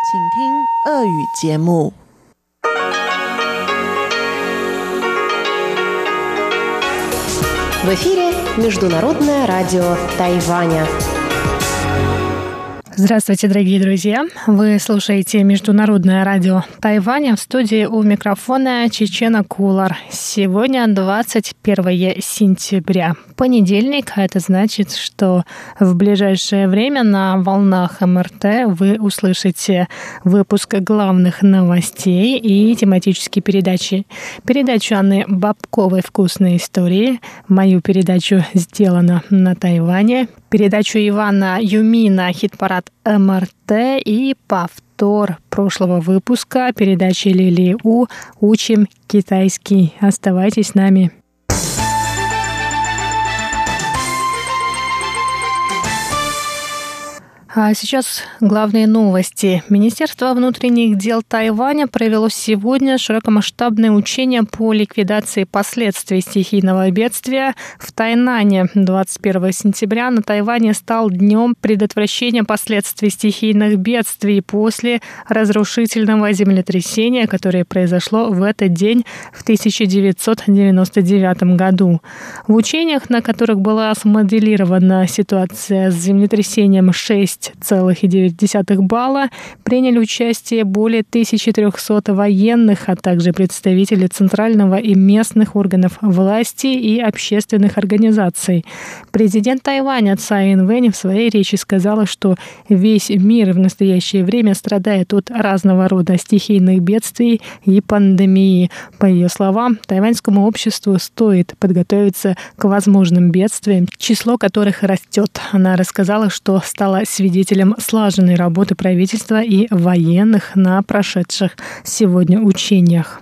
请听俄语节目。 В эфире Международное радио Тайваня. Здравствуйте, дорогие друзья! Вы слушаете Международное радио Тайваня. В студии у микрофона Чечена Кулар. Сегодня 21 сентября, понедельник. Это значит, что в ближайшее время на волнах МРТ вы услышите выпуск главных новостей и тематические передачи. Передачу Анны Бабковой «Вкусные истории», мою передачу «Сделано на Тайване», передачу Ивана Юмина «Хит-парад МРТ» и повтор прошлого выпуска передачи Лилии У «Учим китайский». Оставайтесь с нами. А сейчас главные новости. Министерство внутренних дел Тайваня провело сегодня широкомасштабное учение по ликвидации последствий стихийного бедствия в Тайнане. 21 сентября на Тайване стал днем предотвращения последствий стихийных бедствий после разрушительного землетрясения, которое произошло в этот день в 1999 году. В учениях, на которых была смоделирована ситуация с землетрясением 6,9 балла, приняли участие более 1300 военных, а также представители центрального и местных органов власти и общественных организаций. Президент Тайваня Цай Инвэнь в своей речи сказала, что весь мир в настоящее время страдает от разного рода стихийных бедствий и пандемии. По ее словам, тайваньскому обществу стоит подготовиться к возможным бедствиям, число которых растет. Она рассказала, что стала свидетелем слаженной работы правительства и военных на прошедших сегодня учениях.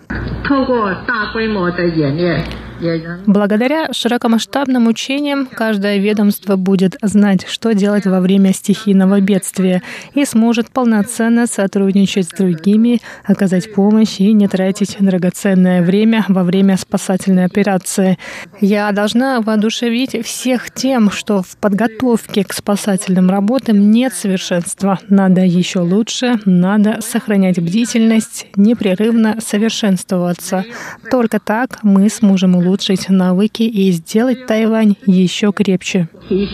Благодаря широкомасштабным учениям каждое ведомство будет знать, что делать во время стихийного бедствия и сможет полноценно сотрудничать с другими, оказать помощь и не тратить драгоценное время во время спасательной операции. Я должна воодушевить всех тем, что в подготовке к спасательным работам нет совершенства. Надо еще лучше, надо сохранять бдительность, непрерывно совершенствоваться. Только так мы сможем улучшить навыки и сделать Тайвань еще крепче.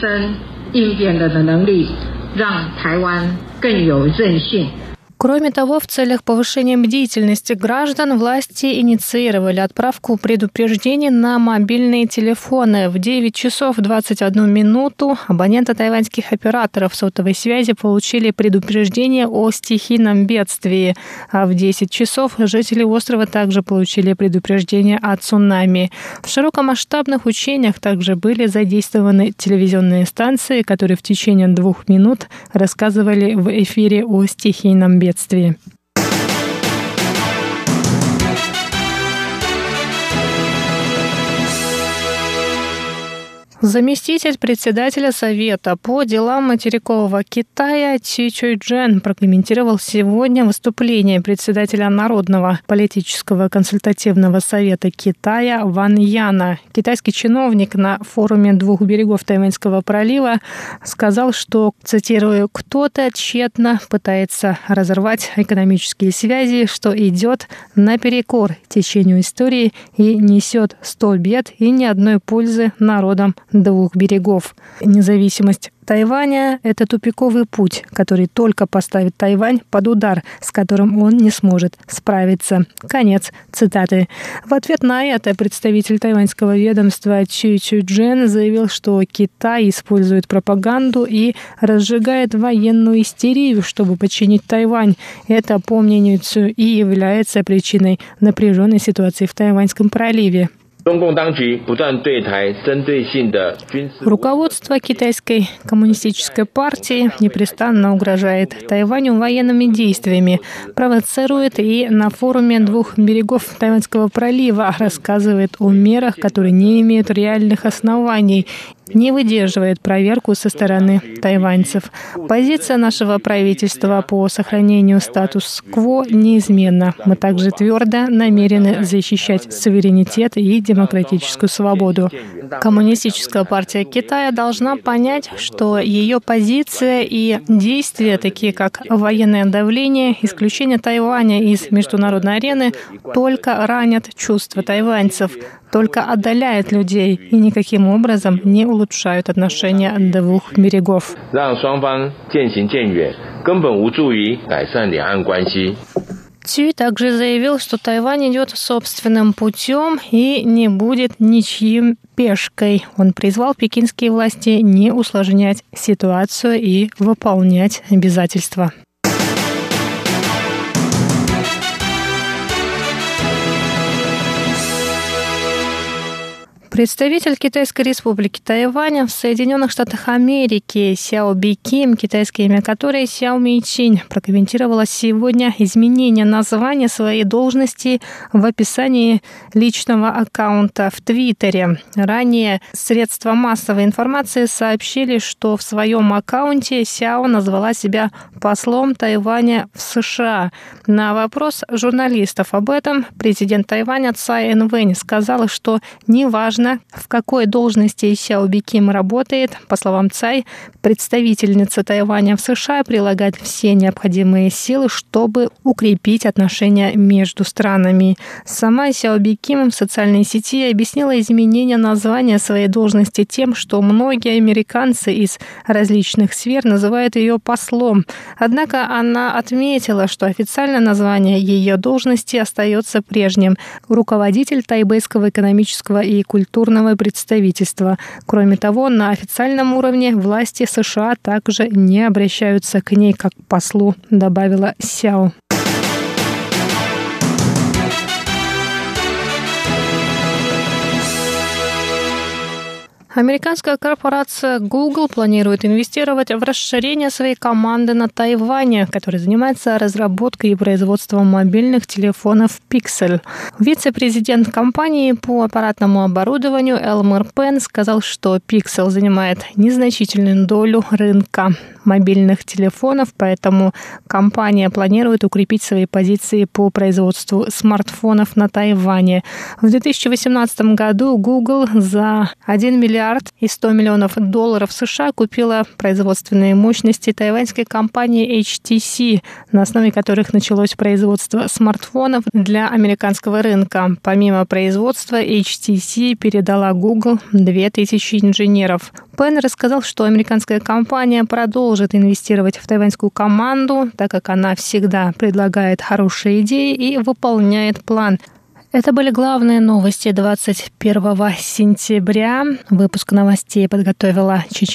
Кроме того, в целях повышения бдительности граждан власти инициировали отправку предупреждений на мобильные телефоны. В 9 часов 21 минуту абоненты тайваньских операторов сотовой связи получили предупреждение о стихийном бедствии, а в 10 часов жители острова также получили предупреждение о цунами. В широкомасштабных учениях также были задействованы телевизионные станции, которые в течение 2 минут рассказывали в эфире о стихийном бедствии. Заместитель председателя Совета по делам материкового Китая Чи Чуйчжэн прокомментировал сегодня выступление председателя Народного политического консультативного совета Китая Ван Яна. Китайский чиновник на форуме 2 берегов Тайваньского пролива сказал, что, цитирую, «кто-то тщетно пытается разорвать экономические связи, что идет наперекор течению истории и несет 100 бед и ни одной пользы народам 2 берегов. Независимость Тайваня – это тупиковый путь, который только поставит Тайвань под удар, с которым он не сможет справиться». Конец цитаты. В ответ на это представитель тайваньского ведомства Чи Чуйчжэн заявил, что Китай использует пропаганду и разжигает военную истерию, чтобы подчинить Тайвань. Это, по мнению Цю, и является причиной напряженной ситуации в Тайваньском проливе. Руководство Китайской коммунистической партии непрестанно угрожает Тайваню военными действиями, провоцирует и на форуме 2 берегов Тайваньского пролива рассказывает о мерах, которые не имеют реальных оснований, не выдерживает проверку со стороны тайваньцев. Позиция нашего правительства по сохранению статус-кво неизменна. Мы также твердо намерены защищать суверенитет и демократическую свободу. Коммунистическая партия Китая должна понять, что ее позиция и действия, такие как военное давление, исключение Тайваня из международной арены, только ранят чувства тайваньцев, только отдаляют людей и никаким образом не улучшают отношения двух берегов. Цюй также заявил, что Тайвань идет собственным путем и не будет ничьим пешкой. Он призвал пекинские власти не усложнять ситуацию и выполнять обязательства. Представитель Китайской республики Тайвань в Соединенных Штатах Америки Сяо Биким, китайское имя которой Сяо Мэйчин, прокомментировала сегодня изменение названия своей должности в описании личного аккаунта в Твиттере. Ранее средства массовой информации сообщили, что в своем аккаунте Сяо назвала себя послом Тайваня в США. На вопрос журналистов об этом президент Тайваня Цай Инвэнь сказала, что неважно, в какой должности Сяо Биким работает, по словам Цай, представительница Тайваня в США прилагает все необходимые силы, чтобы укрепить отношения между странами. Сама Сяо Биким в социальной сети объяснила изменение названия своей должности тем, что многие американцы из различных сфер называют ее послом. Однако она отметила, что официальное название ее должности остается прежним – руководитель Тайбэйского экономического и культурного представительства. Кроме того, на официальном уровне власти США также не обращаются к ней как к послу, добавила Сяо. Американская корпорация Google планирует инвестировать в расширение своей команды на Тайване, которая занимается разработкой и производством мобильных телефонов Pixel. Вице-президент компании по аппаратному оборудованию Элмер Пен сказал, что Pixel занимает незначительную долю рынка мобильных телефонов, поэтому компания планирует укрепить свои позиции по производству смартфонов на Тайване. В 2018 году Google за $1 миллиард и $100 миллионов США купила производственные мощности тайваньской компании HTC, на основе которых началось производство смартфонов для американского рынка. Помимо производства, HTC передала Google 2000 инженеров. Пен рассказал, что американская компания продолжит инвестировать в тайваньскую команду, так как она всегда предлагает хорошие идеи и выполняет план. Это были главные новости 21 сентября. Выпуск новостей подготовила Чечена.